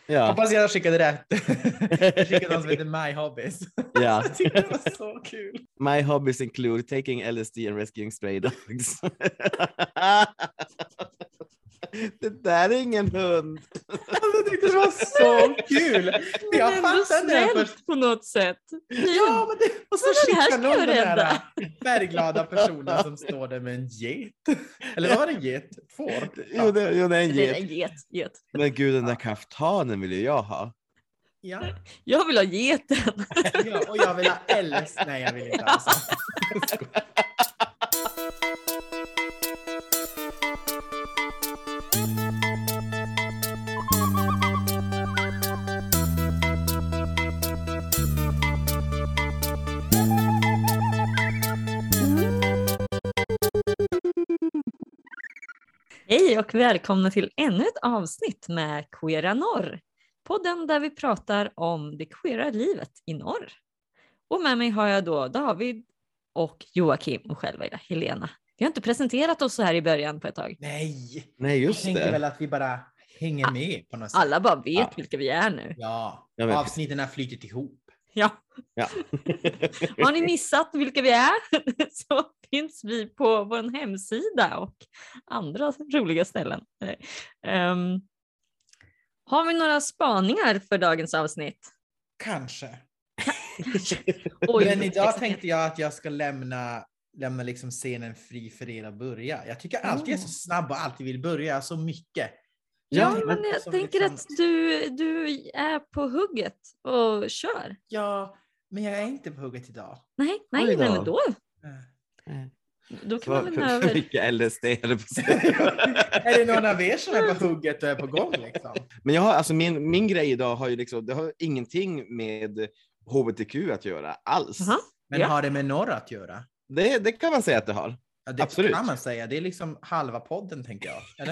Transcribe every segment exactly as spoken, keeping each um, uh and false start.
Ja. Hoppas jag skickade rätt. Jag skickade någon som heter My Hobbies. Ja. Jag tyckte det var så kul. My hobbies include taking L S D and rescuing stray dogs. Det där är ingen hund. Jag tyckte det var så kul. Jag ändå fattade det först. på något sätt. Ja, men det, och så Men den här skickar ska någon jag den rädda. här färgglada personen som står där med en get. Eller vad var det, get? Får? Jo, det, jo, det är en Det är en get. get, get. Men gud, den där kaftanen vill ju jag ha. Ja. Jag vill ha geten. Ja, och jag vill ha Ls. Nej, jag vill inte alltså. Hej och välkomna till ännu ett avsnitt med Queera Norr. Podden där vi pratar om det queera livet i norr. Och med mig har jag då David och Joakim och själva är Helena. Vi har inte presenterat oss så här i början på ett tag. Nej. Nej, Jag just tänkte det. väl att vi bara hänger med på något sätt. Alla bara vet Ja. vilka vi är nu. Ja, Ja, men- avsnitten har flyttit ihop. Ja. Ja. Har ni missat vilka vi är så finns vi på vår hemsida och andra roliga ställen. Um, har vi några spaningar för dagens avsnitt? Kanske. Oj, Men idag tänkte jag att jag ska lämna, lämna liksom scenen fri för er att börja. Jag tycker alltid jag är så snabb och alltid vill börja så mycket. Ja, Ja, men jag som tänker liksom- att du, du är på hugget och kör. Ja, men jag är inte på hugget idag. Nej, nej, Oj då. nej men då, Äh. då kan man För, lämna för, för över. mycket L S D. eller på att säga. Är det någon av er som är på hugget och är på gång liksom? Men jag har, alltså min, min grej idag har ju liksom, det har ingenting med H B T Q att göra alls. Aha. Men Ja. har det med norr att göra? Det, det kan man säga att det har. Ja, det Absolut. kan man säga. Det är liksom halva podden, tänker jag. Eller?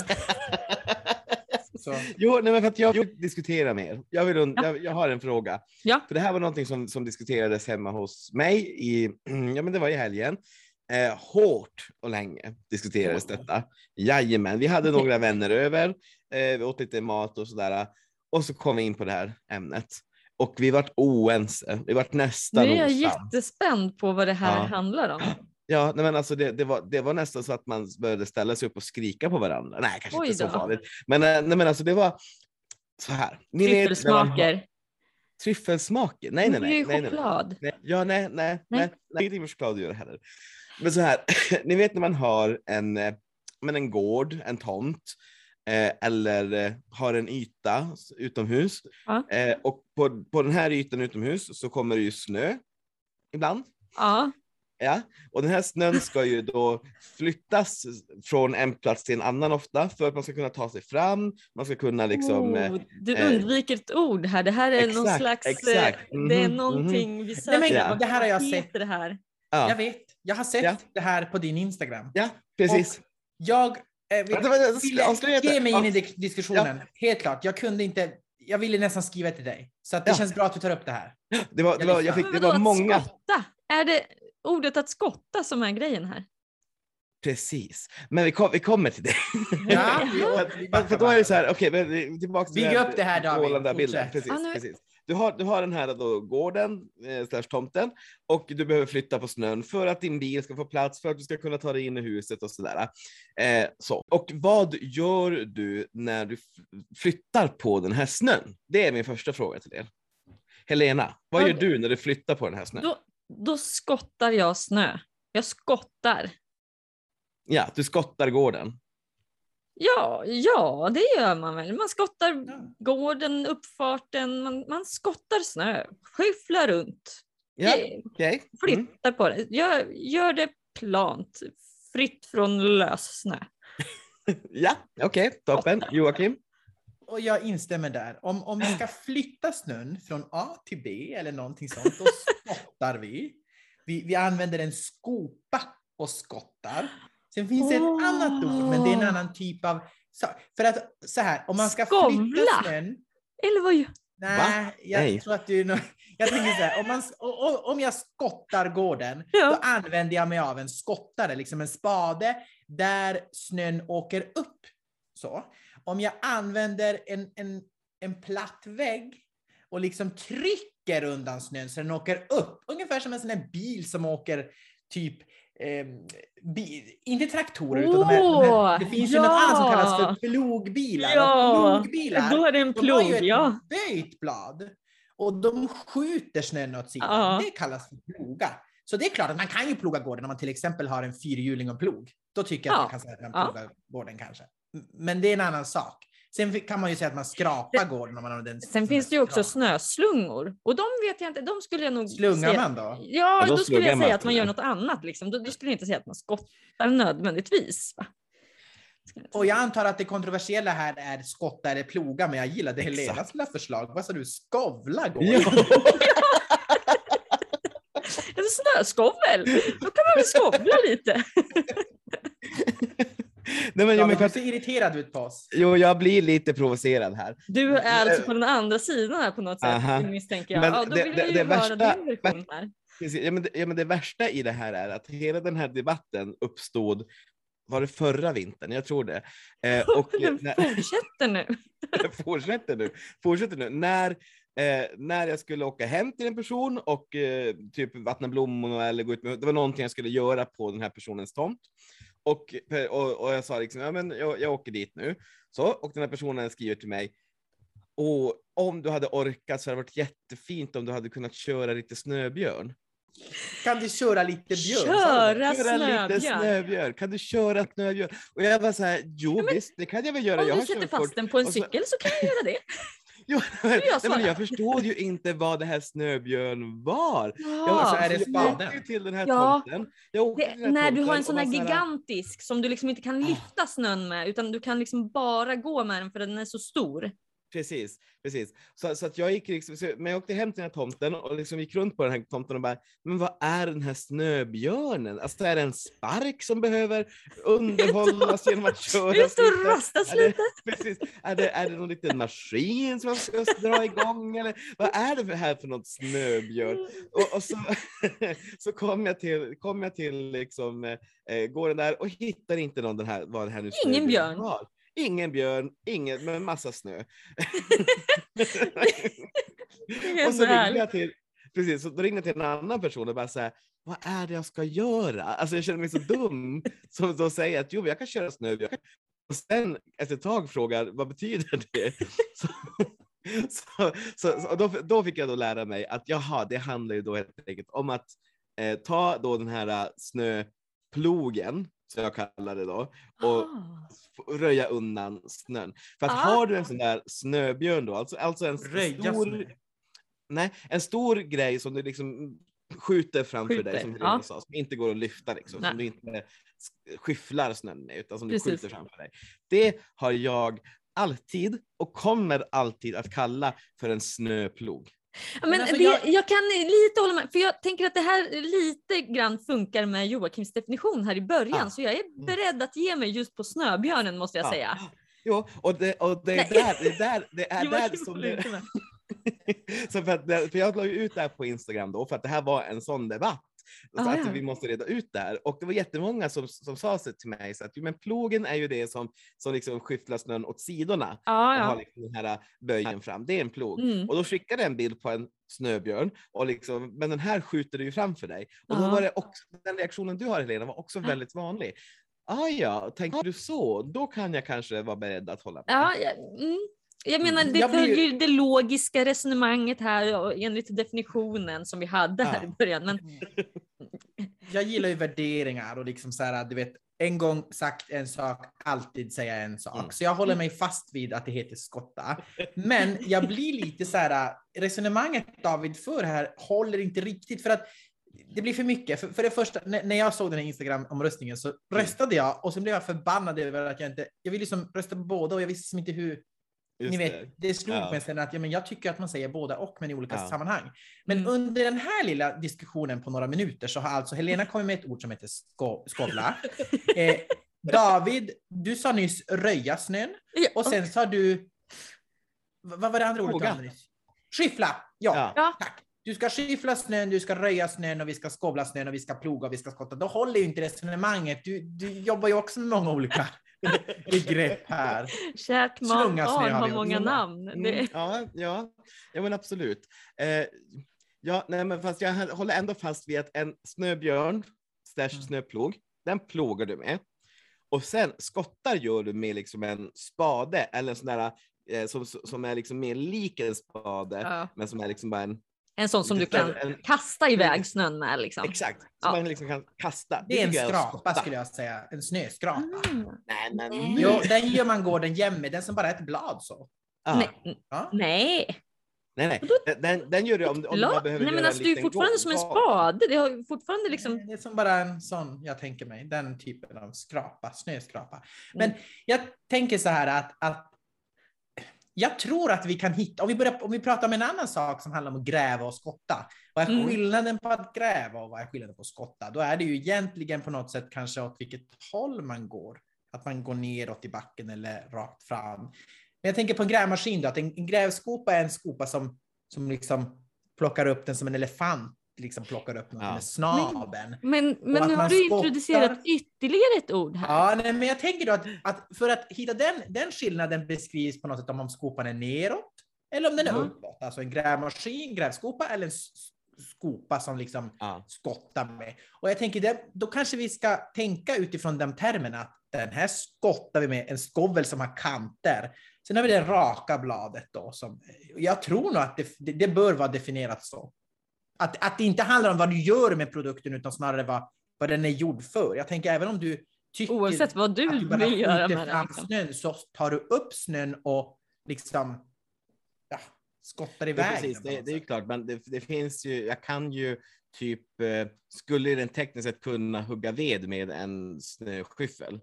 Så. Jo, nej, men för att jag vill diskutera mer. Jag, vill, Ja. jag, jag har en fråga. Ja. För det här var någonting som, som diskuterades hemma hos mig i, ja men det var i helgen. Eh, hårt och länge diskuterades Oh. detta. Jajamän, vi hade några vänner över. Eh, vi åt lite mat och sådär. Och så kom vi in på det här ämnet. Och vi vart oense. Vi vart nästan Nu är jag osams. jättespänd på vad det här Ja. handlar om. Ja, nej, men alltså det, det, var, det var nästan så att man började ställa sig upp och skrika på varandra. Nej, kanske Oj inte så då. farligt. Men, eh, nej, men alltså det var så här. Ni vet när man har- Tryffelsmaker. Tryffelsmaker? Nej, nej, Det är nej. ju nej, nej, choklad. nej. Ja, nej, nej, Nej. nej. nej. Ingenting med choklad att göra heller. Men så här, ni vet när man har en, eh, men en gård, en tomt, eh, eller eh, har en yta utomhus. Ja. Eh, och på, på den här ytan utomhus så kommer det ju snö ibland. Ja. Ja, och den här snön ska ju då flyttas från en plats till en annan ofta för att man ska kunna ta sig fram, man ska kunna liksom... eh, Oh, du eh, undviker ett ord här. Det här är någon exakt, slags... eh, exakt. Det är Mhm, någonting vi söker. Nej, men Ja. det här har jag Vad sett. heter det här? ja, Jag vet. Jag har sett Ja. det här på din Instagram. ja, precis. Och jag eh, vill, Vänta, vänta, ville avslöja det. ge mig in i Ja. di- diskussionen. Helt klart. Jag kunde inte... Jag ville nästan skriva till dig. Så att det Ja. känns bra att du tar upp det här. Det var, det var, jag fick, Men det vadå, var att många... skotta? Är det ordet att skotta som är grejen här? Precis. Men vi, kom, vi kommer till det. Ja, vi, vi För, backar för då är det så bara. här, okej, men tillbaka till Bygg den upp det här, David. målande bilden. Fortsätt. Precis, Ja, nu- precis. Du har, du har den här då, gården, eh, slash tomten, och du behöver flytta på snön för att din bil ska få plats, för att du ska kunna ta dig in i huset och sådär. Eh, så. Och vad gör du när du f- flyttar på den här snön? Det är min första fråga till er. Helena, vad Ja, gör du när du flyttar på den här snön? Då, då skottar jag snö. Jag skottar. Ja, du skottar gården. Ja, ja, det gör man väl. Man skottar Ja. gården, uppfarten, man, man skottar snö, skyfflar runt, Ja, eh, okej. Mm. flyttar på det. Gör, gör det plant, fritt från lös snö. Ja, okej, toppen. Joakim? Och jag instämmer där. Om, om vi ska flytta snön från A till B eller någonting sånt, då skottar vi. Vi, vi använder en skopa och skottar. Sen finns det ett Åh. annat ord, men det är en annan typ av... Så, för att så här, om man ska flytta Skovla. snön... Eller vad gör Nej, jag Nej. tror att du... är nå- Jag tänker så här, om, man, o- o- om jag skottar gården, Ja. då använder jag mig av en skottare, liksom en spade, där snön åker upp. Så. Om jag använder en, en en platt vägg och liksom trycker undan snön så den åker upp. Ungefär som en sån här bil som åker typ, eh, bil, inte traktorer, utan de här, de här, det finns ja. ju något annat som kallas för plogbilar. Ja, och plogbilar, då är det en plog, de har ju ett ja. böjt blad. Och de skjuter snön åt sidan. Ja. Det kallas för plogar. Så det är klart att man kan ju ploga gården om man till exempel har en fyrhjuling och plog. Då tycker jag att Ja. man kan säga att man Ja. plogar gården kanske. Men det är en annan sak. Sen kan man ju säga att man skrapar Det, gården om man har den. Sen finns det ju också snöslungor. Och de vet jag inte, de skulle jag nog Slungar säga, man då? Ja, Ja, då då skulle jag slungar säga man. att man gör något annat. Liksom. Då, då skulle jag inte säga att man skottar nödvändigtvis. Va? Och jag antar att det kontroversiella här är skotta eller ploga, men jag gillade Helenas lilla förslag. Vad sa du? Skovla gården? Ja. En snöskovel. Då kan man väl skovla lite. Nej, men, Ja, jo, men men, du ser irriterad ut på oss. jo, jag blir lite provocerad här. Du är alltså på den andra sidan här på något sätt, Aha. misstänker jag. Men Ja, då det- vill det- jag ju det höra värsta- din version här. Precis. Ja, men det, ja, men det värsta i det här är att hela den här debatten uppstod, var det förra vintern? Jag tror det. Eh, och Den när, fortsätter nu. fortsätter nu. Fortsätter nu. När, eh, när jag skulle åka hem till en person och eh, typ vattna blommor eller gå ut med, det var någonting jag skulle göra på den här personens tomt. Och, och, och jag sa liksom, ja men jag, jag åker dit nu. Så, och den här personen skriver till mig, och om du hade orkat så hade det varit jättefint om du hade kunnat köra lite snöbjörn. Kan du köra lite björn? Köra Köra lite snöbjörn. snöbjörn. Kan du köra snöbjörn? Och jag var så här, jo visst, det kan jag väl göra. Om jag du har sätter körkort. fast den på en Och så- cykel så kan jag göra det. Jo, men, jag nej, men svara. jag förstod ju inte vad det här snöbjörn var. Jag, Ja. så är det jag spaden? åkte ju till den här Ja. tomten. Jag åkte Det, till den här när du tomten har en och sån här var så gigantisk som du liksom inte kan lyfta snön med, utan du kan liksom bara gå med den för den är så stor. Precis, precis. Så, så att jag gick liksom, så, men jag åkte hem till den här tomten och liksom gick runt på den här tomten och bara, men vad är den här snöbjörnen? Alltså är det en spark som behöver underhållas genom att köra? Det står lite? rastas Är det- lite. Precis. Är det, är det någon liten maskin som man ska dra igång? Eller vad är det för här för något snöbjörn? Och, och så, så kom jag till, kom jag till liksom, eh, gården där och hittar inte någon den här, vad det här nu Ingen snöbjörn björn. var. Ingen björn, ingen, men massa snö. Det är Och så så ringde härligt. jag till, precis, så då ringde jag till en annan person och bara så här, vad är det jag ska göra? Alltså jag känner mig så dum som då säger att jo, jag kan köra snö. Och sen efter ett tag frågar, vad betyder det? Så, så, så, så då, då fick jag då lära mig att jaha, det handlar ju då helt enkelt om att eh, ta då den här uh, snöplogen, som jag kallar det då, och Ah. röja undan snön. För att Ah. har du en sån där snöbjörn då, alltså, alltså en Röja stor, snö. nej, en stor grej som du liksom skjuter framför Skjuter, dig, som Helena ja. sa, som inte går att lyfta liksom, Nej. som du inte skyfflar snön med, utan som Precis. du skjuter framför dig. Det har jag alltid och kommer alltid att kalla för en snöplog. Ja, men Men alltså, det, jag... jag- kan lite hålla med, för jag tänker att det här lite grann funkar med Joakims definition här i början, Ah. så jag är beredd att ge mig just på snöbjörnen, måste jag Ja. säga. Jo, och det, och det är Nej. där, det är där, det är där Joakim som håller det, inte med. så för, att, det- för jag la ju ut det här på Instagram då, för att det här var en sån debatt. Så Ah, att ja. vi måste reda ut det här. Och det var jättemånga som, som sa sig till mig, så att jo, men plogen är ju det som, som liksom skyfflar snön åt sidorna. Ja, Och har ja. liksom den här böjen fram. Det är en plog. Mm. Och då skickade jag en bild på en snöbjörn, och liksom, men den här skjuter du ju framför dig. Och då Ja. var det också, den reaktionen du har, Helena, var också Ja. väldigt vanlig. Ah, ja, tänker du så? Då kan jag kanske vara beredd att hålla med. Ja, jag, mm. jag menar, det Jag blir- följer ju det logiska resonemanget här och enligt definitionen som vi hade här Ja. i början. Men Jag gillar ju värderingar och liksom så här, du vet, en gång sagt en sak, alltid säga en sak. Mm. Så jag håller mig fast vid att det heter skotta. Men jag blir lite så här, resonemanget David för här håller inte riktigt, för att det blir för mycket. För, för det första, när, när jag såg den här Instagram-omröstningen så röstade jag, och sen blev jag förbannad över att jag inte, jag ville liksom rösta på båda och jag visste som inte hur. Just Ni vet, det. det slog Ja. mig sen att ja, men jag tycker att man säger båda och, men i olika Ja. sammanhang. Men Mm. under den här lilla diskussionen på några minuter så har alltså Helena kommit med ett ord som heter sko- skovla. Eh, David, du sa nyss röja snön, Ja, och sen sa du, v- vad var det andra ordet? du Ploga. använde nyss? Skyffla, ja, Ja. ja. tack. Du ska skyffla snön, du ska röja snön och vi ska skovla snön och vi ska ploga och vi ska skotta. Då håller ju inte resonemanget. Du, du jobbar ju också med många olika begrepp här. Kärt Slunga snö barn har har vi många också. namn. Mm, Det... ja, ja, ja, men absolut. Eh, ja, nej, men fast jag håller ändå fast vid att en snöbjörn slash Mm. snöplog, den plogar du med. Och sen skottar gör du med liksom en spade eller en sån där eh, som, som är liksom mer lik en spade, Ja. men som är liksom bara en... En sån som du lite kan större, en, kasta iväg snön med liksom. exakt, som Ja. man liksom kan kasta. Det är en tycker jag skrapa skotta. skulle jag säga. En snöskrapa. Mm. Nej, men Nej. nu. Jo, den gör man gården jämme. Den som bara är ett blad så. Ja. Nej. Ja. Nej. Nej, nej. Den, den, den gör du om, om du La... bara behöver Nej, men göra alltså, en det är ju liten fortfarande gång. som en Ja. spade. Det har ju fortfarande liksom... Det är som bara en sån, jag tänker mig. Den typen av skrapa, snöskrapa. Men jag tänker så här att, att jag tror att vi kan hitta, om vi, börjar, om vi pratar om en annan sak som handlar om att gräva och skotta. Vad är Mm. skillnaden på att gräva och vad är skillnaden på att skotta? Då är det ju egentligen på något sätt kanske åt vilket håll man går. Att man går neråt i backen eller rakt fram. Men jag tänker på en grävmaskin då, att en, en grävskopa är en skopa som, som liksom plockar upp den som en elefant. Liksom plockar upp något Ja. med snabeln. Men, men att nu har man du skottar. introducerat ytterligare ett ord här. Ja, nej, men jag tänker då att, att för att hitta den, den skillnaden beskrivs på något sätt om skopan är neråt eller om den är Ja. uppåt. Alltså en grävmaskin, grävskopa eller en s- skopa som liksom Ja. skottar med. Och jag tänker, det, då kanske vi ska tänka utifrån de termerna att den här skottar vi med en skovel som har kanter. Sen har vi det raka bladet då. Som, jag tror nog att det, det, det bör vara definierat så. Att, att det inte handlar om vad du gör med produkten utan snarare vad, vad den är gjord för. Jag tänker även om du tycker Oavsett vad du, att du bara vill göra skjuter med fram den. Liksom. snön så tar du upp snön och liksom ja, skottar Ja, iväg precis, den på det, något det är ju sätt. klart, men det, det finns ju, jag kan ju typ, eh, skulle den tekniskt sett kunna hugga ved med en snöskyffel?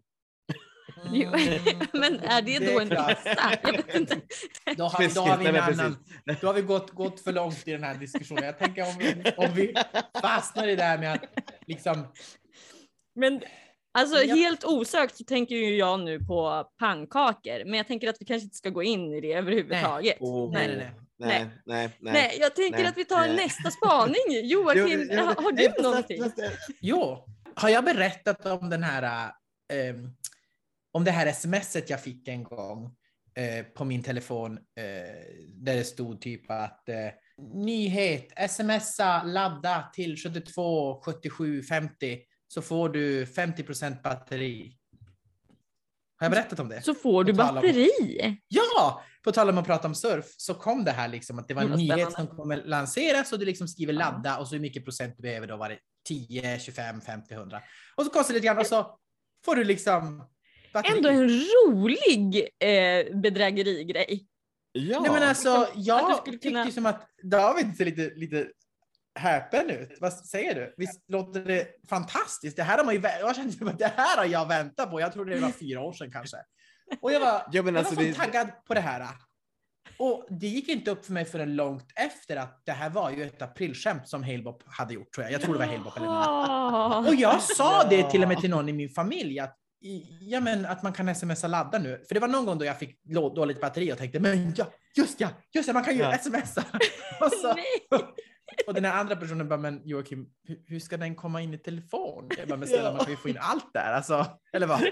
Jo, men är det Det då är en klart. pizza? Jag vet inte. Då har, då har vi Nej, en men annan, då har vi gått, gått för långt i den här diskussionen. Jag tänker om vi, om vi fastnar i det här med att liksom Men alltså Ja. helt osökt så tänker ju jag nu på pannkakor. Men jag tänker att vi kanske inte ska gå in i det överhuvudtaget. Åh, nej, nej, nej. nej, nej, nej. Nej, jag tänker nej, att vi tar nej. nästa spaning. Joakim, Jo, jo, har, har nej, du fast- någonting? fast- Jo, har jag berättat om den här eh, om det här smset jag fick en gång eh, på min telefon eh, där det stod typ att eh, nyhet, smsa ladda till sjuttiotvå sjuttiosju femtio så får du femtio procent batteri. Har jag berättat om det? Så får du På tal om- batteri. Ja, på tal om att prata om surf så kom det här liksom att det var en Vad nyhet spännande. som kommer lanseras och du liksom skriver Ja. ladda och så hur mycket procent du behöver då var det tio, tjugofem, femtio, hundra. Och så kostar det lite grann och så får du liksom batteri. Ändå en rolig eh, bedrägerigrej. Ja. Nej men alltså, Att du jag skulle tyckte kunna- ju som att David ser lite, lite häpen ut. Vad säger du? Visst låter det fantastiskt? Det här har man ju, vä- jag kände som att det här har jag väntat på. Jag tror det var fyra år sedan kanske. Och jag var, Ja, men jag alltså, var så det- taggad på det här. Och det gick inte upp för mig förrän långt efter att det här var ju ett aprilskämt som Halebop hade gjort tror jag. Jag tror det var Halebop eller någon. Ah. Och jag sa Ja. det till och med till någon i min familj att, i- ja, men, att man kan smsa ladda nu. För det var någon gång då jag fick lå- dåligt batteri och tänkte men ja, just ja, just ja, man kan ju Ja. smsa. och, så, Nej. och den här andra personen bara, men Joakim, hur, hur ska den komma in i telefon? Jag bara, men snälla, Ja. man kan ju få in allt där, alltså, eller vad?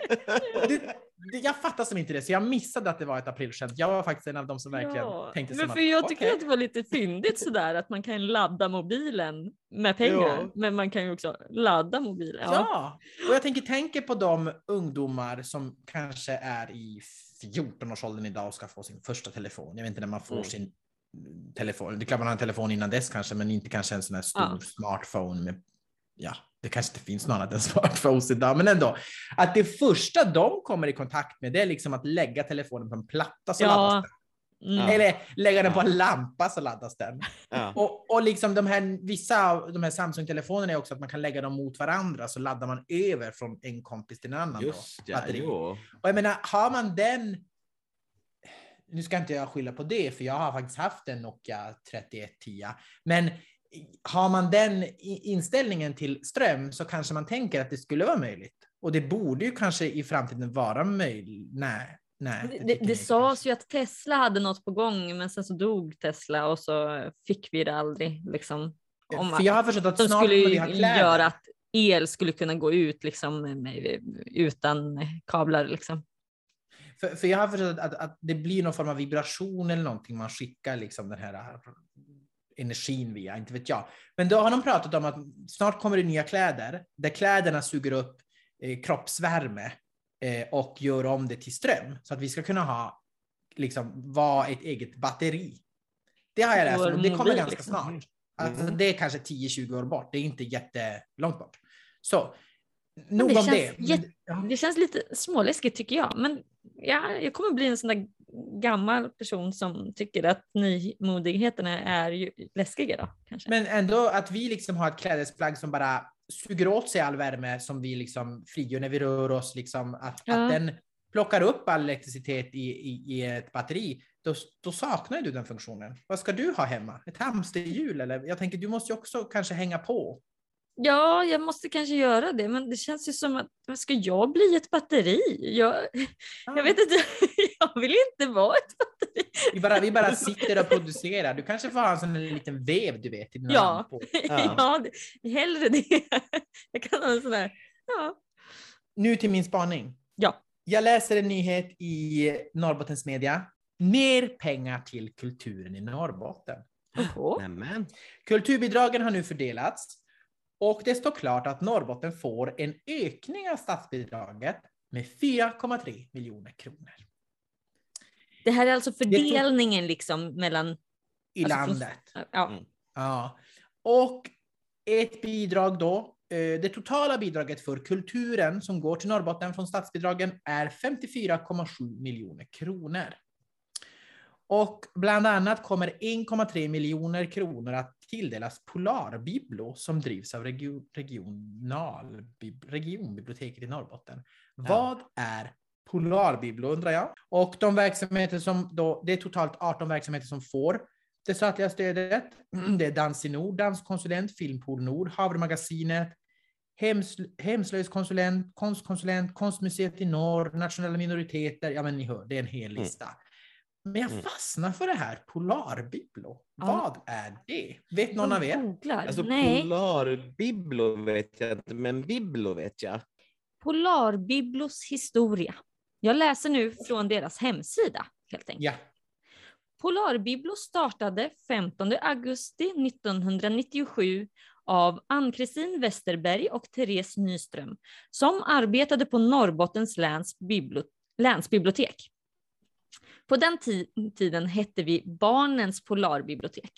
Det, det, jag fattar som inte det, så jag missade att det var ett aprilskämt. Jag var faktiskt en av dem som verkligen Ja, tänkte men som för att, jag tycker okej. att det var lite fyndigt sådär att man kan ladda mobilen med pengar. Ja. Men man kan ju också ladda mobilen. Ja. Ja, och jag tänker tänka på de ungdomar som kanske är i fjorton-årsåldern idag och ska få sin första telefon. Jag vet inte när man får Mm. sin telefon. Det är klart man har en telefon innan dess kanske, men inte kanske en sån här stor Ja. smartphone med, ja, det kanske inte finns något annat än smartphones idag, men ändå. Att det första de kommer i kontakt med det är liksom att lägga telefonen på en platta så Ja. laddas den. Mm. Eller lägga den på Ja. en lampa så laddas den. Ja. Och, och liksom de här, vissa av de här Samsung-telefonerna är också att man kan lägga dem mot varandra så laddar man över från en kompis till en annan. Just då, ja, batteri. jo. Och jag menar, har man den, nu ska inte jag skylla på det för jag har faktiskt haft en Nokia trettioett tio, men har man den i- inställningen till ström så kanske man tänker att det skulle vara möjligt. Och det borde ju kanske i framtiden vara möjligt. Nej. Nej, Det, jag det, tycker det inte. sades ju att Tesla hade något på gång, men sen så dog Tesla och så fick vi det aldrig. Liksom, om För jag har förstått att de snart skulle kommer vi ju ha kläder. göra att el skulle kunna gå ut liksom, med, utan kablar. Liksom. För, för jag har förstått att, att det blir någon form av vibration eller någonting man skickar liksom den här energin via, inte vet jag. Men då har de pratat om att snart kommer det nya kläder där kläderna suger upp eh, kroppsvärme eh, och gör om det till ström så att vi ska kunna ha liksom vara ett eget batteri. Det har jag läst om och det kommer ganska liksom. snart. Alltså, mm. Det är kanske tio tjugo år bort. Det är inte jättelångt bort. Så, nog det om känns det. Jätt, ja. Det känns lite småläskigt tycker jag. Men ja, jag kommer bli en sån där gammal person som tycker att nymodigheterna är ju läskiga då, kanske. Men ändå att vi liksom har ett klädesplagg som bara suger åt sig all värme som vi liksom frigör när vi rör oss. Liksom, att, ja. att den plockar upp all elektricitet i, i, i ett batteri. Då, då saknar du den funktionen. Vad ska du ha hemma? Ett hamsterhjul? Eller? Jag tänker, du måste ju också kanske hänga på. Ja, jag måste kanske göra det. Men det känns ju som att, ska jag bli ett batteri? Jag, ja. jag vet inte, jag vill inte vara ett batteri. Vi bara, vi bara sitter och producerar. Du kanske får ha en sån en liten vev, du vet. I ja, ja. ja det, hellre det. Jag kan ha en sån här, ja. Nu till min spaning. Ja. Jag läser en nyhet i Norrbottens media. Mer pengar till kulturen i Norrbotten. Oh. Kulturbidragen har nu fördelats. Och det står klart att Norrbotten får en ökning av statsbidraget med fyra komma tre miljoner kronor. Det här är alltså fördelningen liksom mellan... I alltså landet. Från, ja. Mm. ja. Och ett bidrag då. Det totala bidraget för kulturen som går till Norrbotten från statsbidragen är femtiofyra komma sju miljoner kronor. Och bland annat kommer en komma tre miljoner kronor att tilldelas Polarbiblo som drivs av region, regional, regionbiblioteket i Norrbotten. Ja. Vad är Polarbiblo undrar jag? Och de verksamheter som då, det är totalt arton verksamheter som får det statliga stödet. Det är Dans i Nord, Danskonsulent, Filmpool Nord, Havremagasinet, Hems, Hemslöjdskonsulent, Konstkonsulent, Konstmuseet i Norr, Nationella minoriteter. Ja men ni hör, det är en hel lista. Mm. Men jag fastnar för det här Polarbiblo. Ja. Vad är det? Vet någon av er? Alltså Nej. Polarbiblo vet jag inte, men Biblo vet jag. Polarbiblos historia. Jag läser nu från deras hemsida helt enkelt. Ja. Polarbiblo startade femtonde augusti nittonhundranittiosju av Ann-Kristin Westerberg och Therese Nyström som arbetade på Norrbottens läns, bibli- länsbibliotek. På den t- tiden hette vi Barnens Polarbibliotek.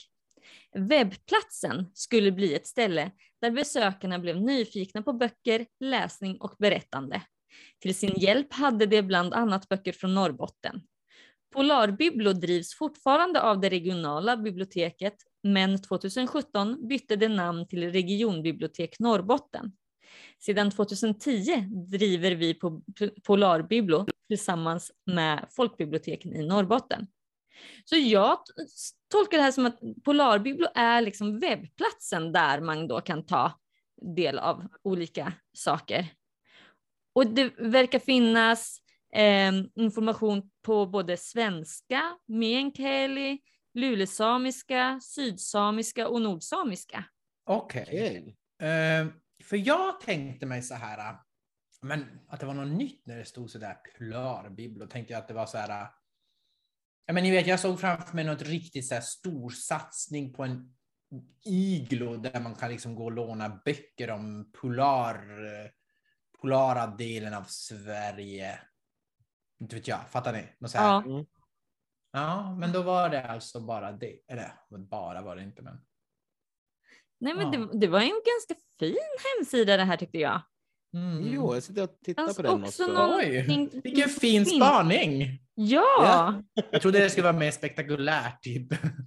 Webbplatsen skulle bli ett ställe där besökarna blev nyfikna på böcker, läsning och berättande. Till sin hjälp hade det bland annat böcker från Norrbotten. Polarbiblo drivs fortfarande av det regionala biblioteket, men tjugohundrasjutton bytte det namn till Regionbibliotek Norrbotten. Sedan tjugohundratio driver vi på Polarbiblo tillsammans med folkbiblioteken i Norrbotten. Så jag tolkar det här som att Polarbiblo är liksom webbplatsen där man då kan ta del av olika saker. Och det verkar finnas eh, information på både svenska, meänkieli, lulesamiska, sydsamiska och nordsamiska. Okej. Okay. Uh, för jag tänkte mig så här, men att det var något nytt när det stod så där Polarbiblo. Tänkte jag att det var så här, ja men ni vet, jag såg framför mig något riktigt så här stor satsning på en iglo där man kan liksom gå och låna böcker om polar, polara delen av Sverige. Inte vet jag, fattar ni? Något så här. Ja. Mm. Ja, men då var det alltså bara det. Eller bara var det inte, men. Nej, men ja. det, det var en ganska fin hemsida det här tyckte jag. Mm. Jo, jag sitter och tittar alltså på den också. också. Oj, vilken fin spaning. Ja. ja. Jag trodde det skulle vara mer spektakulärt, typ.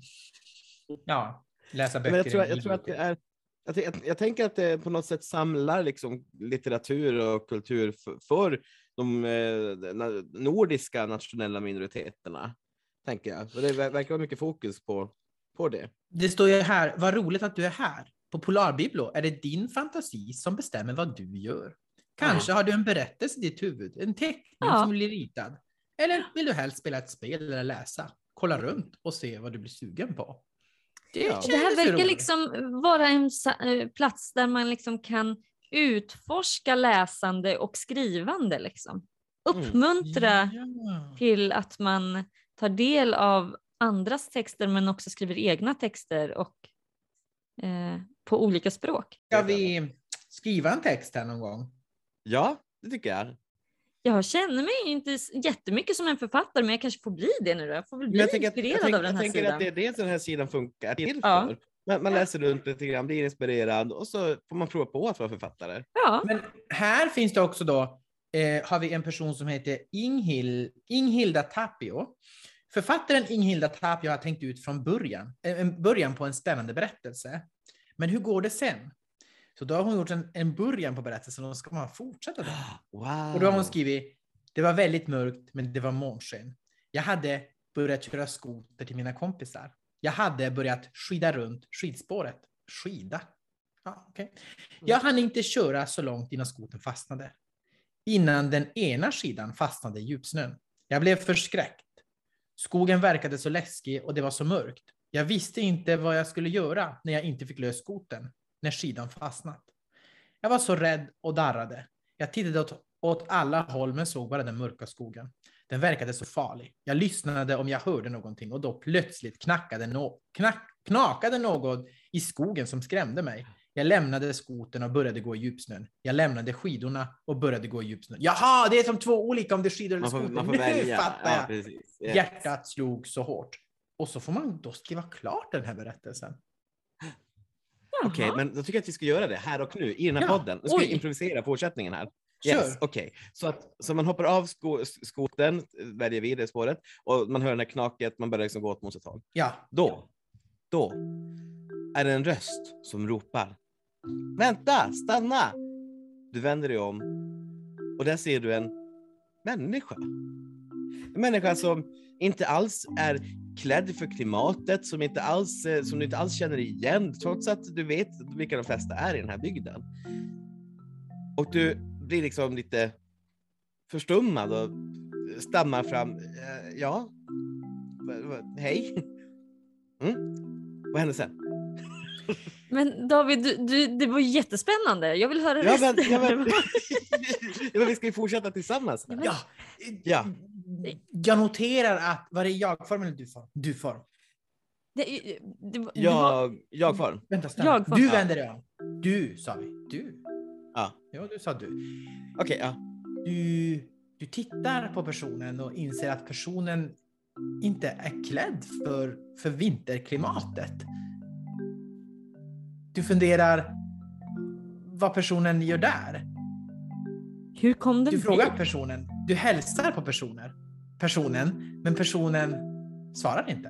Ja, läsa böcker. Men jag tror, jag tror att det är, jag, jag, jag tänker att det på något sätt samlar liksom litteratur och kultur för, för de eh, nordiska nationella minoriteterna, tänker jag. Och det verkar vara mycket fokus på, på det. Det står ju här, vad roligt att du är här. På Polarbiblo är det din fantasi som bestämmer vad du gör. Kanske ja. har du en berättelse i ditt huvud, en teckning ja. som blir ritad. Eller vill du helst spela ett spel eller läsa? Kolla runt och se vad du blir sugen på. Det, ja. det här verkar liksom vara en plats där man liksom kan utforska läsande och skrivande liksom. Uppmuntra Ja. till att man tar del av andras texter men också skriver egna texter och eh, på olika språk. Ska vi skriva en text här någon gång? Ja, det tycker jag. Jag känner mig inte jättemycket som en författare, men jag kanske får bli det nu då. Jag får väl bli Jag tänker, att, inspirerad jag, tänker, av den jag här tänker sidan. att det är det den här sidan funkar till Ja. för. Man, man läser runt lite grann, blir inspirerad och så får man prova på att vara författare. Ja, Men här finns det också då, eh, har vi en person som heter Inghil, Inghilda Tapio. Författaren Inghilda Tapio har tänkt ut från början, en början på en spännande berättelse. Men hur går det sen? Så då har hon gjort en, en början på berättelsen och då ska man fortsätta den. Wow. Och då har hon skrivit, det var väldigt mörkt men det var månsken. Jag hade börjat köra skoter till mina kompisar. Jag hade börjat skida runt skidspåret. Skida? Ja, okej. Okay. Jag hann inte köra så långt innan skotern fastnade. Innan den ena skidan fastnade i djupsnön. Jag blev förskräckt. Skogen verkade så läskig och det var så mörkt. Jag visste inte vad jag skulle göra när jag inte fick lös skoten. När skidan fastnat. Jag var så rädd och darrade. Jag tittade åt, åt alla håll men såg bara den mörka skogen. Den verkade så farlig. Jag lyssnade om jag hörde någonting och då plötsligt knackade, no- knack- knakade något i skogen som skrämde mig. Jag lämnade skoten och började gå i djupsnön. Jag lämnade skidorna och började gå i djupsnön. Jaha, det är som två olika om det är skidor eller Man får, skoter. man får Nu välja. fattar jag. Ja, precis. Yes. Hjärtat slog så hårt. Och så får man då skriva klart den här berättelsen. Okej, okay, men då tycker jag att vi ska göra det här och nu i den här Ja. podden. Nu ska Oj. vi improvisera fortsättningen här. Kör. Yes, okej. Okay. Så att så man hoppar av sko- skoten, väljer vi det spåret och man hör den här knaket, man börjar liksom gå åt motsatt håll. Ja. Då, då är det en röst som ropar. Vänta, stanna! Du vänder dig om och där ser du en människa. En människa som inte alls är klädd för klimatet, som inte alls som du inte alls känner igen, trots att du vet vilka de flesta är i den här bygden. Och du blir liksom lite förstummad och stammar fram. Ja, hej. Mm. Vad hände sen? men David, du, du, det var jättespännande. Jag vill höra Ja, resten. men, ja, men, ja, men vi ska ju fortsätta tillsammans. Ja, men- Ja. Ja. Jag noterar att, var det jag-form eller du-form? Du-form. Det, det, det, var- Jag, jag form. Vänta, stanna. Jag-form. Du Ja. vänder dig om. Du, sa vi. Du. Ja. Ja, du sa du. Okej, ja. Du, du tittar på personen och inser att personen inte är klädd för, för vinterklimatet. Du funderar vad personen gör där. Hur kom den Du frågar dit? personen. Du hälsar på personer, personen, men personen svarar inte.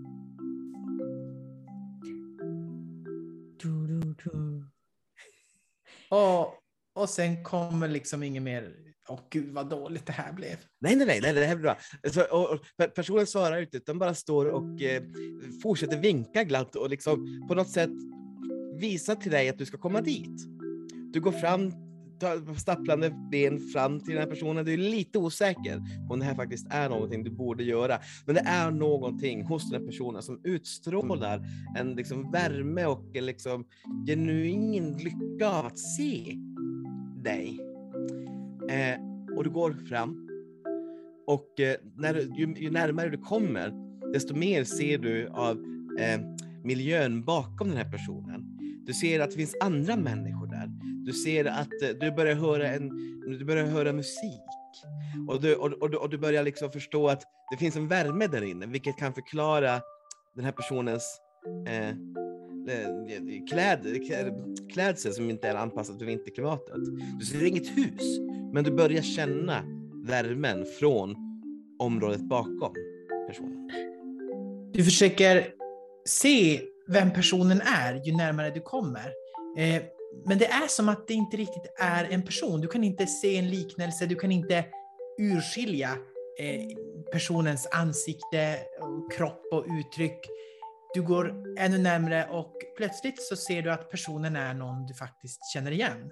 Du, du, du. Och, och sen kommer liksom inget mer. Åh gud vad dåligt det här blev. Nej, nej, nej, nej, det här blir bra. Så, och, och, personen svarar inte, utan bara står och eh, fortsätter vinka glatt och liksom på något sätt visa till dig att du ska komma dit. Du går fram, tar stapplande ben fram till den här personen. Du är lite osäker om det här faktiskt är någonting du borde göra. Men det är någonting hos den här personen som utstrålar en liksom värme och en liksom genuin lycka av att se dig. Eh, och du går fram. Och eh, när du, ju, ju närmare du kommer, desto mer ser du av eh, miljön bakom den här personen. Du ser att det finns andra människor där. Du ser att eh, du börjar höra en, du börjar höra musik. Och du, och, och, du, och du börjar liksom förstå att det finns en värme där inne, vilket kan förklara den här personens eh, kläd, klädsel som inte är anpassad för vinterklimatet. Du ser inget hus, men du börjar känna värmen från området bakom personen. Du försöker se vem personen är ju närmare du kommer. Eh, men det är som att det inte riktigt är en person. Du kan inte se en liknelse, du kan inte urskilja eh, personens ansikte, och kropp och uttryck. Du går ännu närmare och plötsligt så ser du att personen är någon du faktiskt känner igen.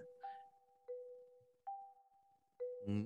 Mm.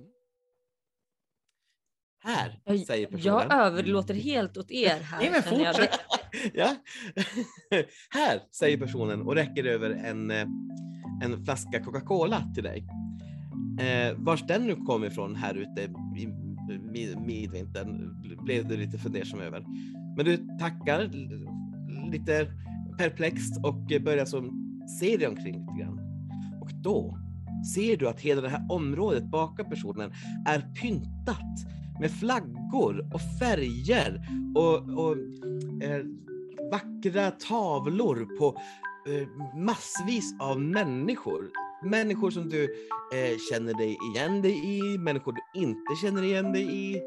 Här, Jag, säger personen. jag överlåter helt åt er här. Nej, men känner jag. fortsätt. Ja. Här, säger personen och räcker över en, en flaska Coca-Cola till dig. Eh, vars den nu kommer ifrån här ute i midvintern blev du lite fundersam över. Men du tackar lite perplext och börjar som se dig omkring lite grann. Och då ser du att hela det här området bakom personen är pyntat med flaggor och färger och, och eh, vackra tavlor på eh, massvis av människor. Människor som du eh, känner dig igen dig i, människor du inte känner igen dig i.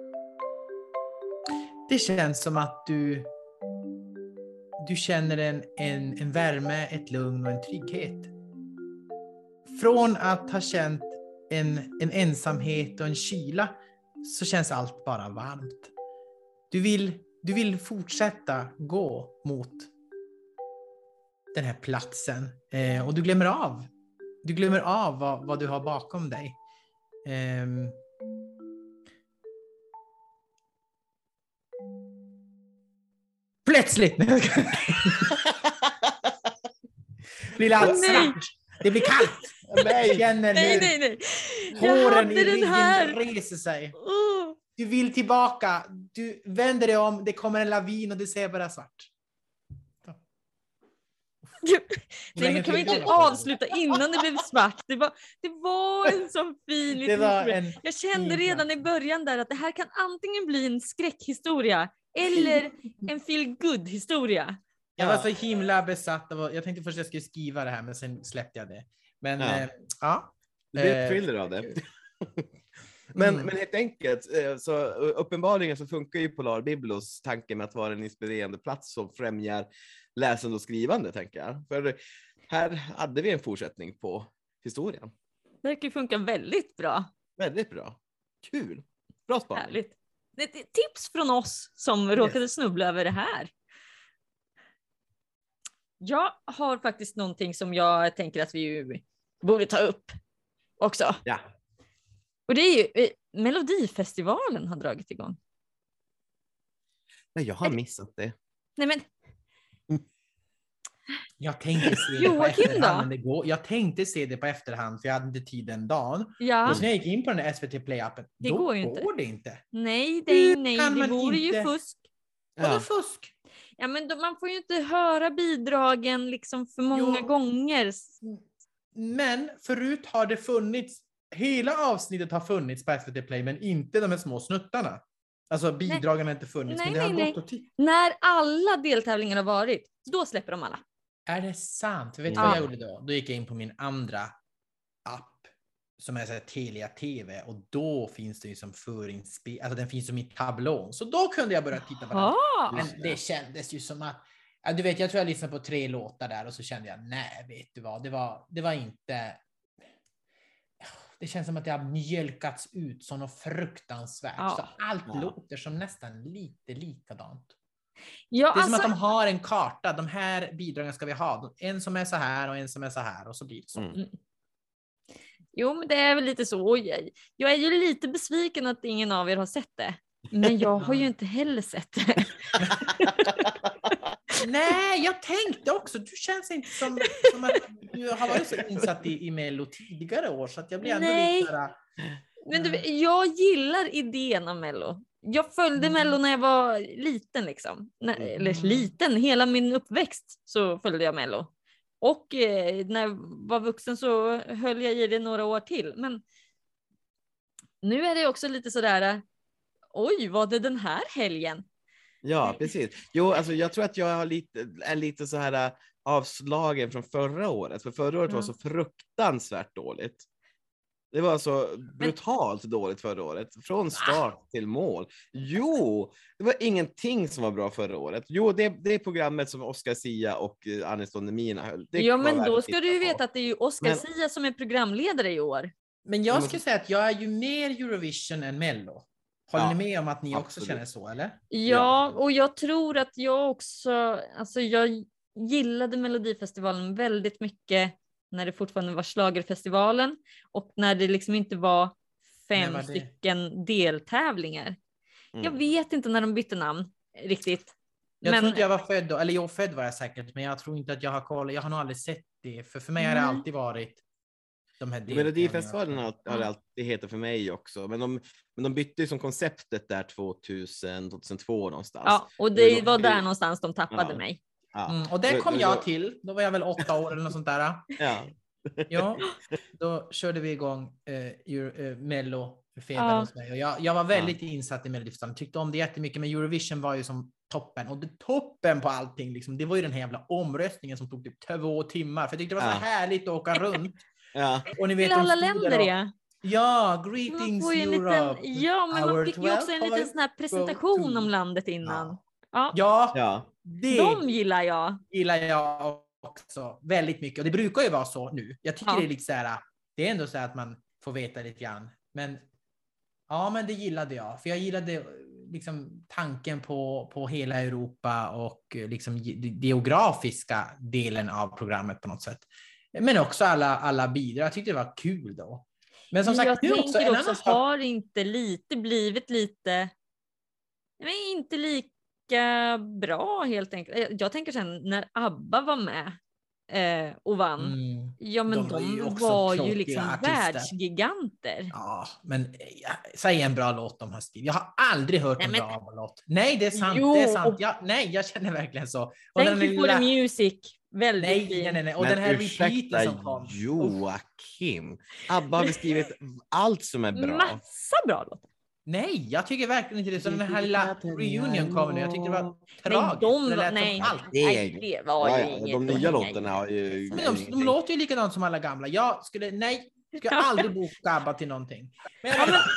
Det känns som att du du känner en, en, en värme, ett lugn och en trygghet. Från att ha känt en, en ensamhet och en kyla så känns allt bara varmt. Du vill, du vill fortsätta gå mot den här platsen eh, och du glömmer av. Du glömmer av vad, vad du har bakom dig. Um, plötsligt blir allt svart. Det blir kallt. Nej. Känner Nej, hur nej, nej. Jag håren hade i den ryggen här. reser sig. Oh. Du vill tillbaka. Du vänder dig om. Det kommer en lavin och du ser bara svart. Nej, men kan vi inte avsluta innan det blev svart? Det var, det var en sån fin liten historia. En Jag kände fin redan i början där att det här kan antingen bli en skräckhistoria eller en feel good historia. Jag var så himla besatt av, jag tänkte först att jag skulle skriva det här men sen släppte jag det. Men ja, ja. Eh, ja. Det blir ett thriller av det. Men, Mm. men helt enkelt, så uppenbarligen så funkar ju Polar Biblos tanke med att vara en inspirerande plats som främjar läsande och skrivande, tänker jag. För här hade vi en fortsättning på historien. Det verkar funka väldigt bra. Väldigt bra. Kul. Bra spaning. Härligt. Det är ett tips från oss som Yes. råkade snubbla över det här. Jag har faktiskt någonting som jag tänker att vi borde ta upp också. Ja. Och det är ju, eh, Melodifestivalen har dragit igång. Nej, jag har missat det. Nej men, Jag tänkte se det på Joakim då? efterhand. Men det går. Jag tänkte se det på efterhand för jag hade inte tid den dagen. ja. Och så när jag gick in på den där S V T Play-appen, Det då går ju går inte. det inte. Nej, det, Hur nej, kan det man vore inte- ju fusk. Vadå Ja. fusk? Ja, men då, man får ju inte höra bidragen liksom för många Jo. gånger. Men förut har det funnits, hela avsnittet har funnits på S V T Play men inte de här små snuttarna. Alltså bidragen har inte funnits. Nej, men det har nej, gått nej. och t- När alla deltävlingar har varit, då släpper de alla. Är det sant? För vet du Ja. vad jag gjorde då? Då gick jag in på min andra app som är så här Telia T V och då finns det ju som förinspel, alltså den finns som i tablån. Så då kunde jag börja titta på den. Ja. Men det kändes ju som att, ja, du vet, jag tror jag lyssnade på tre låtar där och så kände jag, nej, vet du vad, det var, det var inte, det känns som att det har mjölkats ut som något fruktansvärt. Ja. Så allt Ja. låter som nästan lite likadant. Ja, Det är som alltså, att de har en karta, de här bidragen ska vi ha, en som är så här och en som är så här och så blir det så. Mm. jo, men det är väl lite så. Och Jag, jag är ju lite besviken att ingen av er har sett det. Men jag har ju inte heller sett det. Nej, jag tänkte också, du känns inte som, som att du har varit så insatt i, i Mello tidigare år så att jag blir ändå Nej. lite sådär. Men du, jag gillar idén om Mello. Jag följde Mm. Mello när jag var liten liksom. När, eller Mm. liten, hela min uppväxt så följde jag Mello. Och eh, när jag var vuxen så höll jag i det några år till. Men nu är det också lite sådär, eh, oj, vad är den här helgen? Ja, precis. Jo, alltså jag tror att jag har lite, är lite så här äh, avslagen från förra året. För förra året Ja. var så fruktansvärt dåligt. Det var så brutalt dåligt förra året. Från start till mål. Jo, det var ingenting som var bra förra året. Jo, det, det är programmet som Oscar Sia och eh, Anis Don Demina höll. Det Ja, var men värt då att ska titta du ju på. veta att det är ju Oscar Men- Sia som är programledare i år. Men jag skulle säga att jag är ju mer Eurovision än Mello. Håller Ja, ni med om att ni också absolut. känner så, eller? Ja, och jag tror att jag också, alltså jag gillade Melodifestivalen väldigt mycket när det fortfarande var schlagerfestivalen och när det liksom inte var När fem var det? stycken deltävlingar. Mm. Jag vet inte när de bytte namn riktigt. Jag Men- tror inte jag var född då, eller jag född var jag säkert, men jag tror inte att jag har kollat, jag har nog aldrig sett det, för för mig har det Nej. alltid varit de här Melodifestivalen har alltid- har det alltid hetat för mig också, men de, men de bytte ju som konceptet där tvåtusen, tvåtusentvå någonstans. Ja, och Men det de- var där någonstans de tappade Ja. mig. Ja. Mm, och det Men- kom men jag då- till, då var jag väl åtta år eller något sånt där. Ja. Ja, då körde vi igång eh, Euro- eh, Mello-feber Ja. hos mig. Och jag, jag var väldigt insatt i Melodifestivalen, tyckte om det jättemycket, men Eurovision var ju som toppen. Och det toppen på allting, liksom, det var ju den här jävla omröstningen som tog typ två timmar. För jag tyckte det var så Ja. härligt att åka runt. Ja. Och ni vet, Till de alla stod där länder och- ja. Ja, Man greetings får ju en Europe. liten, ja, men man Our fick ju också en liten twelve sån här presentation point om landet innan. Ja. Ja, Ja, Ja. det de gillar jag. gillar jag också väldigt mycket. Och det brukar ju vara så nu. Jag tycker Ja. det är lite så här, det är ändå så här att man får veta lite grann. Men ja, men det gillade jag. För jag gillade liksom tanken på, på hela Europa och liksom ge- geografiska delen av programmet på något sätt. Men också alla, alla bidrag. Jag tyckte det var kul då. Men som Men jag sagt, nu också tänker en också, annan sak. har inte lite blivit lite, men inte lika bra helt enkelt. Jag tänker sen när ABBA var med eh, och vann, Mm. ja men De var de ju var, också ju tråkiga liksom artister. världsgiganter. Ja, men ja, säg en bra låt de har skrivit. Jag har aldrig hört Nej, en men- bra ABBA-låt. Nej, det är sant. Jo. Det är sant. Jag, nej, jag känner verkligen så. Och Thank den you for lilla- the music. Väldigt Nej, fin. nej, nej, nej. Och Men den här ursäkta, repeaten som kom. Uff. Joakim. ABBA har beskrivit allt som är bra. Massa bra låtar. Nej, jag tycker verkligen inte det. Så den här lilla reunion kommer nu. Jag tyckte det var Nej, tragiskt. de Det var, lät som nej, allt. Det är- nej, det var Ja, ju ja, inget de att nya hänga låtarna i. har ju- Men de, de låter ju likadant som alla gamla. Jag skulle, nej, ska aldrig boka ABBA till någonting. Men, jag menar-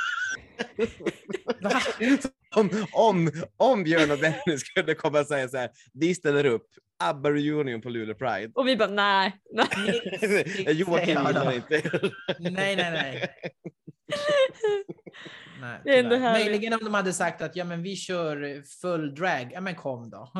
Va? Om, om, om Björn och Dennis skulle komma och säga så här, vi ställer upp ABBA reunion på Luleå Pride. Och vi bara nej. nej. Joakim Ja, gillar då. inte. Nej, nej, nej. Nej, Det är ändå tyvärr. härligt. Möjligen om de hade sagt att ja, men vi kör full drag. Ja, men kom då.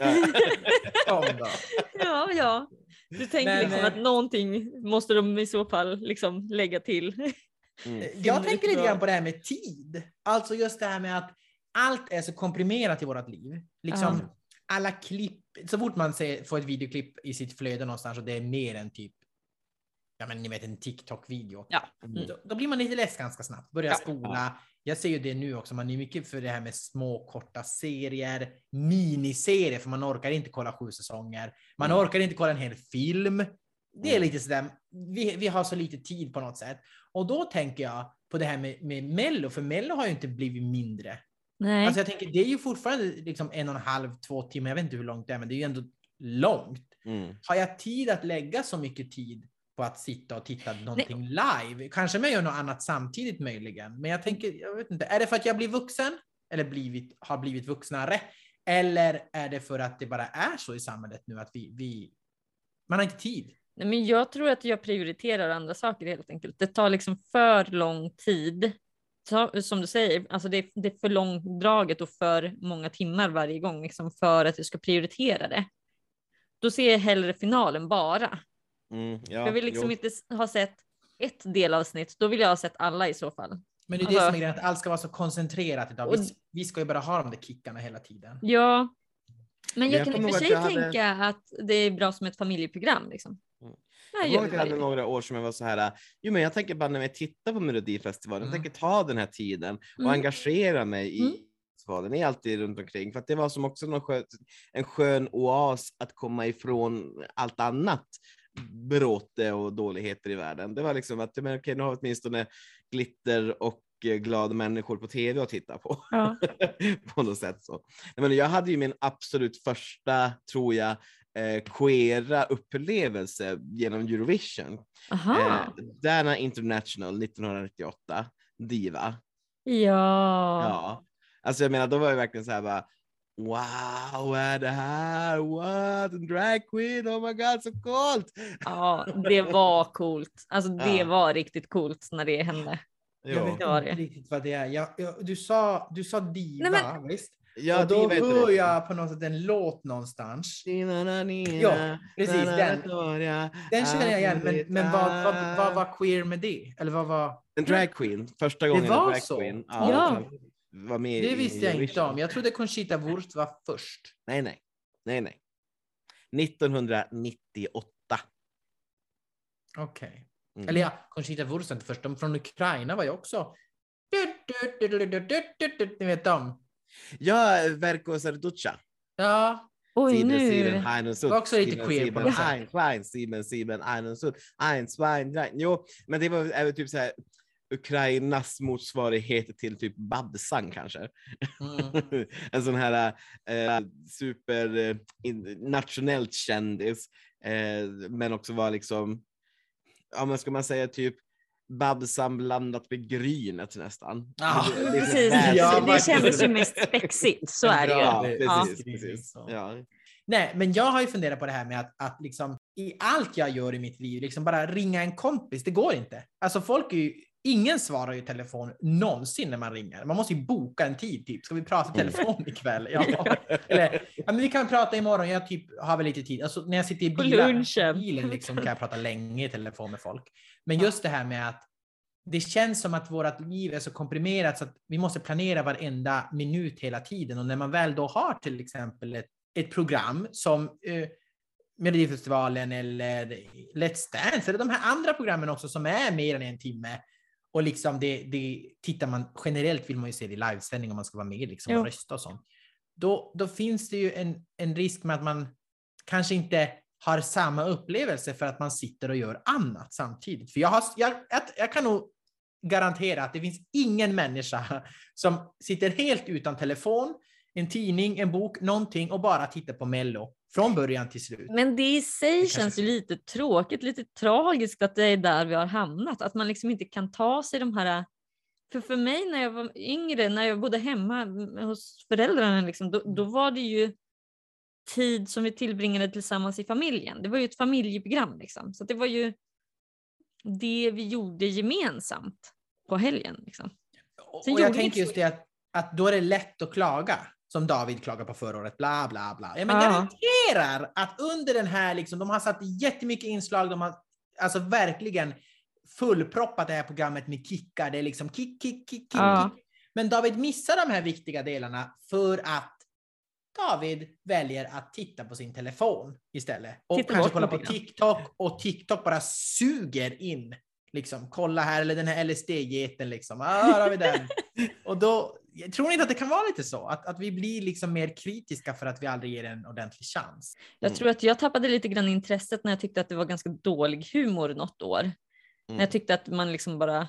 Kom då. Ja, ja. Du tänker Men, liksom eh, att någonting måste de i så fall liksom lägga till. Mm. Jag tänker lite bra. grann på det här med tid. Alltså just det här med att allt är så komprimerat i vårt liv. Liksom Ja. alla klipp, så fort man ser, får ett videoklipp i sitt flöde någonstans och det är mer än typ, ja men ni vet en TikTok-video. Ja. Mm. Då, då blir man lite less ganska snabbt. Börjar Ja. spola. Jag ser ju det nu också. Man är mycket för det här med små korta serier, miniserier, för man orkar inte kolla sju säsonger. Man Mm. orkar inte kolla en hel film. Det är Mm. lite sådär, vi, vi har så lite tid på något sätt. Och då tänker jag på det här med, med Mello, för Mello har ju inte blivit mindre. Nej. Alltså jag tänker, det är ju fortfarande liksom en och en halv, två timmar, jag vet inte hur långt det är, men det är ju ändå långt. Mm. Har jag tid att lägga så mycket tid på att sitta och titta någonting live? Kanske med något annat samtidigt möjligen. Men jag tänker, jag vet inte, är det för att jag blir vuxen? Eller blivit, har blivit vuxnare? Eller är det för att det bara är så i samhället nu att vi, vi man har inte tid? Nej, men jag tror att jag prioriterar andra saker helt enkelt. Det tar liksom för lång tid. Så, som du säger, alltså det, det är för långdraget och för många timmar varje gång liksom för att jag ska prioritera det. Då ser jag hellre finalen bara. Mm. Ja, jag vill liksom jo. inte ha sett ett delavsnitt, då vill jag ha sett alla i så fall. Men det är det Alltså- som är grejen, att allt ska vara så koncentrerat idag. Och- Vi, vi ska ju bara ha de där kickarna hela tiden. Ja, men jag, jag kan i kommer och för ihåg sig att jag hade- tänka att det är bra som ett familjeprogram. Liksom. Mm. Nej, Jag gör kommer ihåg vi att jag hade varje- några år som jag var så här, jo men jag tänker bara när jag tittar på Melodifestivalen, Mm. jag tänker ta den här tiden och Mm. engagera mig Mm. i festivalen. Det är alltid runt omkring, för att det var som också någon skön, en skön oas att komma ifrån allt annat bråte och dåligheter i världen. Det var liksom att, men okej, nu har vi åtminstone glitter och eh, glada människor på tv att titta på. Ja. På något sätt så. Nej, men jag hade ju min absolut första, tror jag, eh, queera upplevelse genom Eurovision. Aha, Eh, Dana International nittonhundranittioåtta, Diva. ja. Ja. Alltså jag menar, då var jag verkligen så här bara, wow, vad är det här? What? En drag queen? Oh my god, så coolt! Ja, det var coolt. Alltså det Ja. var riktigt coolt när det hände. Jag Jo. vet det var inte det. riktigt vad det är. Jag, jag, du, sa, du sa diva, Nej, visst? Ja, och då Diva heter hör det. jag på något sätt en låt någonstans. Ja, precis, den. Den känner jag igen, men, men vad, vad, vad var queer med det? Eller vad var... En drag queen, första gången var en drag så? queen. Ja. var med Det i visste jag inte Eurovision. om. Jag trodde Conchita Wurst var först. Nej, nej. Nej, nej. nittonhundranittioåtta. Okej. Okay. Mm. Eller ja, Conchita Wurst inte först. De från Ukraina var ju också... Ni vet dem. Ja, Verko Serducha. Ja. Oj, Sieben, nu. sieben, einen, Sud. Var också lite Sieben, queer på sieben, något sätt. ein, klein, sieben, sieben, einen, Sud. Ein, zwei, drei. Jo, men det var även typ så här Ukrainas motsvarighet till typ Babsang kanske. Mm. En sån här eh, super eh, in, nationellt kändis. Eh, men också var liksom, ja men ska man säga typ Babsam blandat med Grynet nästan. Ah, det, det, precis, det, ja, det kändes ju mest spexigt, så är det ju. Ja, Ja. precis, precis. Ja. Nej, men jag har ju funderat på det här med att, att liksom, i allt jag gör i mitt liv, liksom bara ringa en kompis, det går inte. Alltså folk är ju, ingen svarar ju i telefon någonsin när man ringer. Man måste ju boka en tid typ. Ska vi prata i telefon ikväll? Ja. Eller, ja, men vi kan prata imorgon, jag typ har väl lite tid. Alltså när jag sitter i bilen, bilen liksom, kan jag prata länge i telefon med folk. Men just det här med att det känns som att vårt liv är så komprimerat så att vi måste planera varenda minut hela tiden. Och när man väl då har till exempel ett, ett program som eh, Melodifestivalen eller Let's Dance eller de här andra programmen också som är mer än en timme. Och liksom det, det tittar man generellt vill man ju se det i livesändning om man ska vara med liksom, och rösta och sånt. Då, då finns det ju en, en risk med att man kanske inte har samma upplevelse för att man sitter och gör annat samtidigt. För jag, har, jag, jag, jag kan nog garantera att det finns ingen människa som sitter helt utan telefon, en tidning, en bok, någonting och bara tittar på Mello från början till slut. Men det i sig det känns kanske... ju lite tråkigt, lite tragiskt att det är där vi har hamnat. Att man liksom inte kan ta sig de här... För för mig när jag var yngre, när jag bodde hemma hos föräldrarna, liksom, då, då var det ju tid som vi tillbringade tillsammans i familjen. Det var ju ett familjeprogram liksom. Så det var ju det vi gjorde gemensamt på helgen. Liksom. Och jag tänker just det att, att då är det lätt att klaga. Som David klagar på förra året, bla bla bla. Ja, men jag garanterar att under den här, liksom, de har satt jättemycket inslag, de har alltså verkligen fullproppat det här programmet med kickar. Det är liksom kick, kick, kick, kick, ja. kick. Men David missar de här viktiga delarna för att David väljer att titta på sin telefon istället. Och titta kanske kolla på TikTok, och TikTok bara suger in. Liksom, kolla här, eller den här L S D-geten liksom. Ah, har vi den. Och då, jag tror inte att det kan vara lite så. Att, att vi blir liksom mer kritiska för att vi aldrig ger en ordentlig chans. Jag mm. tror att jag tappade lite grann intresset när jag tyckte att det var ganska dålig humor något år. Mm. När jag tyckte att man liksom bara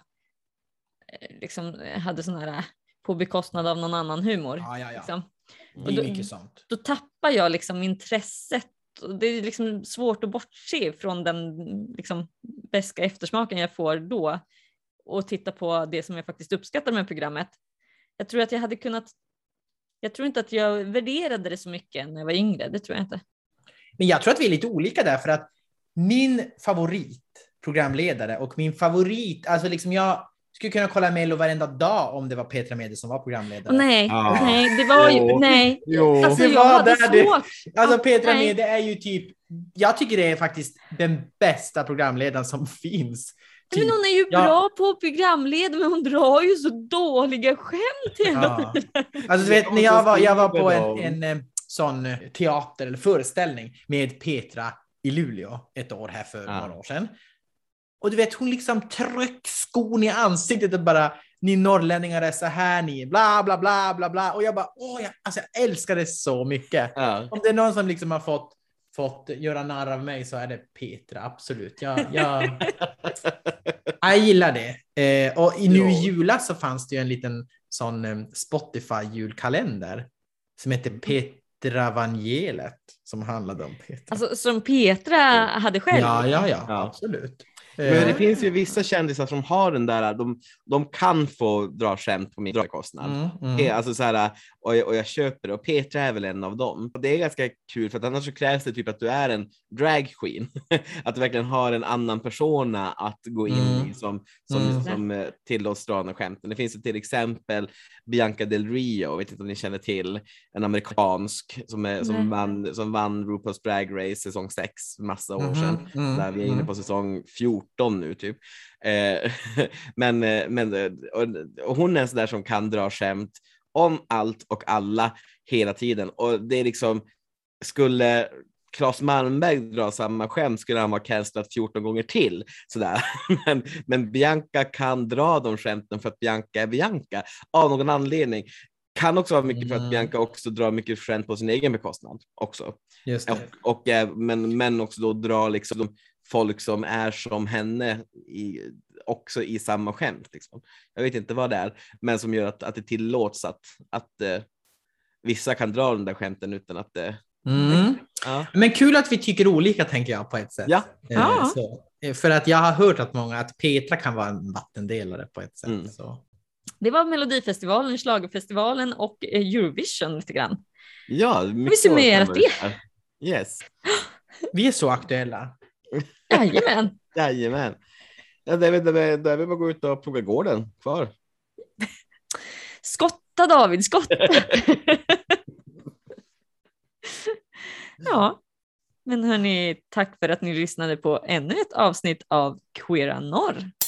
liksom hade sån här på bekostnad av någon annan humor. Ja, ja, ja. Liksom. Det är då, mycket sånt. Då tappar jag liksom intresset. Och det är liksom svårt att bortse från den liksom beska eftersmaken jag får då och titta på det som jag faktiskt uppskattar med programmet. Jag tror att jag hade kunnat, jag tror inte att jag värderade det så mycket när jag var yngre, det tror jag inte. Men jag tror att vi är lite olika där, för att min favorit programledare och min favorit, alltså liksom jag skulle kunna kolla Mello varenda dag om det var Petra Mede som var programledare. Nej, ah. nej, det var ju, jo. nej. Jo. Alltså det jag hade där svårt. Det, alltså ah, Petra nej. Mede är ju typ, jag tycker det är faktiskt den bästa programledaren som finns. Typ. Men hon är ju ja. bra på programledare, men hon drar ju så dåliga skämt hela tiden. Ja. Alltså du vet, när jag var, jag var på en, en, en sån teater eller föreställning med Petra i Luleå ett år här för ja. några år sedan. Och du vet, hon liksom tryck skon i ansiktet och bara, ni norrlänningar är så här, ni bla bla bla bla bla. Och jag bara, åh, jag, alltså, jag älskar det så mycket. Ja. Om det är någon som liksom har fått, fått göra narr av mig så är det Petra, absolut. Jag, jag, jag gillar det. Eh, och i nu i julas så fanns det ju en liten sån eh, Spotify-julkalender som heter Petra Vangelet, som handlade om Petra. Alltså som Petra hade själv? Ja, ja, ja, ja. Absolut. Men det finns ju vissa kändisar som har den där, de, de kan få dra skämt på min kostnad. Mm, mm. Alltså så här, och, jag, och jag köper det, och Petra är väl en av dem. Och det är ganska kul, för att annars så krävs det typ att du är en drag queen. Att du verkligen har en annan persona att gå in mm. i som, som, mm. som, som tillåts dra några skämten. Det finns ju till exempel Bianca Del Rio, jag vet inte om ni känner till, en amerikansk som, är, som, vann, som vann RuPaul's Drag Race säsong sex massa år mm. sedan. Mm. Där vi är inne på säsong fjorton nu typ. Eh, men men och, och hon är en sån där som kan dra skämt om allt och alla hela tiden. Och det är liksom, skulle Claes Malmberg dra samma skämt skulle han vara cancelat fjorton gånger till. Sådär. Men, men Bianca kan dra de skämten för att Bianca är Bianca av någon anledning. Kan också vara mycket för att Mm. Bianca också drar mycket skämt på sin egen bekostnad också. Just det. Och, och, eh, men, men också då dra liksom folk som är som henne i, också i samma skämt. Liksom. Jag vet inte vad det är, men som gör att, att det tillåts att, att eh, vissa kan dra den där skämten utan att det... Mm. Ja. Men kul att vi tycker olika, tänker jag, på ett sätt. Ja. Eh, Ja. så. Eh, För att jag har hört att många, att Petra kan vara en vattendelare på ett sätt. Mm. Så. Det var Melodifestivalen, Schlagerfestivalen och eh, Eurovision lite grann. Ja, Har vi mycket summerat år det? framåt. Yes. Vi är så aktuella. Jajamän. Jajamän. Ja, det är väl, det är, det är väl bara gå ut och plugga gården kvar. Skotta David, skotta. Ja, men hörni, tack för att ni lyssnade på ännu ett avsnitt av Queera Norr.